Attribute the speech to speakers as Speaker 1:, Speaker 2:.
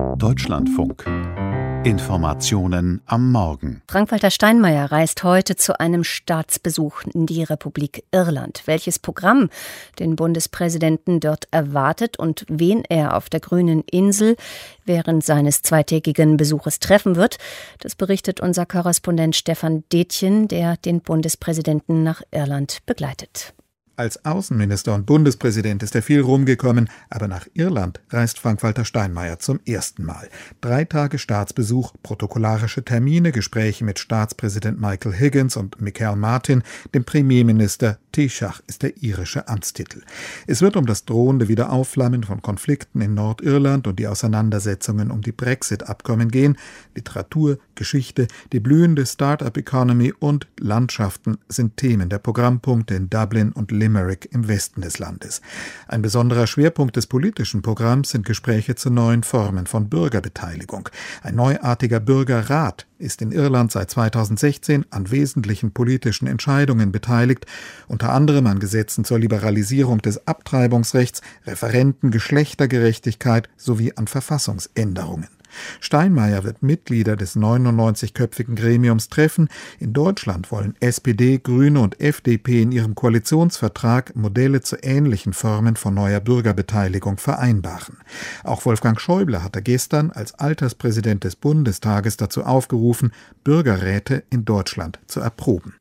Speaker 1: Deutschlandfunk. Informationen am Morgen.
Speaker 2: Frank-Walter Steinmeier reist heute zu einem Staatsbesuch in die Republik Irland. Welches Programm den Bundespräsidenten dort erwartet und wen er auf der grünen Insel während seines zweitägigen Besuches treffen wird, das berichtet unser Korrespondent Stefan Detjen, der den Bundespräsidenten nach Irland begleitet.
Speaker 3: Als Außenminister und Bundespräsident ist er viel rumgekommen, aber nach Irland reist Frank-Walter Steinmeier zum ersten Mal. 3 Tage Staatsbesuch, protokollarische Termine, Gespräche mit Staatspräsident Michael Higgins und Michael Martin, dem Premierminister. Taoiseach ist der irische Amtstitel. Es wird um das drohende Wiederaufflammen von Konflikten in Nordirland und die Auseinandersetzungen um die Brexit-Abkommen gehen. Literatur, Geschichte, die blühende Start-up-Economy und Landschaften sind Themen der Programmpunkte in Dublin und Limerick im Westen des Landes. Ein besonderer Schwerpunkt des politischen Programms sind Gespräche zu neuen Formen von Bürgerbeteiligung. Ein neuartiger Bürgerrat ist in Irland seit 2016 an wesentlichen politischen Entscheidungen beteiligt, unter anderem an Gesetzen zur Liberalisierung des Abtreibungsrechts, Referenden, Geschlechtergerechtigkeit sowie an Verfassungsänderungen. Steinmeier wird Mitglieder des 99-köpfigen Gremiums treffen. In Deutschland wollen SPD, Grüne und FDP in ihrem Koalitionsvertrag Modelle zu ähnlichen Formen von neuer Bürgerbeteiligung vereinbaren. Auch Wolfgang Schäuble hatte gestern als Alterspräsident des Bundestages dazu aufgerufen, Bürgerräte in Deutschland zu erproben.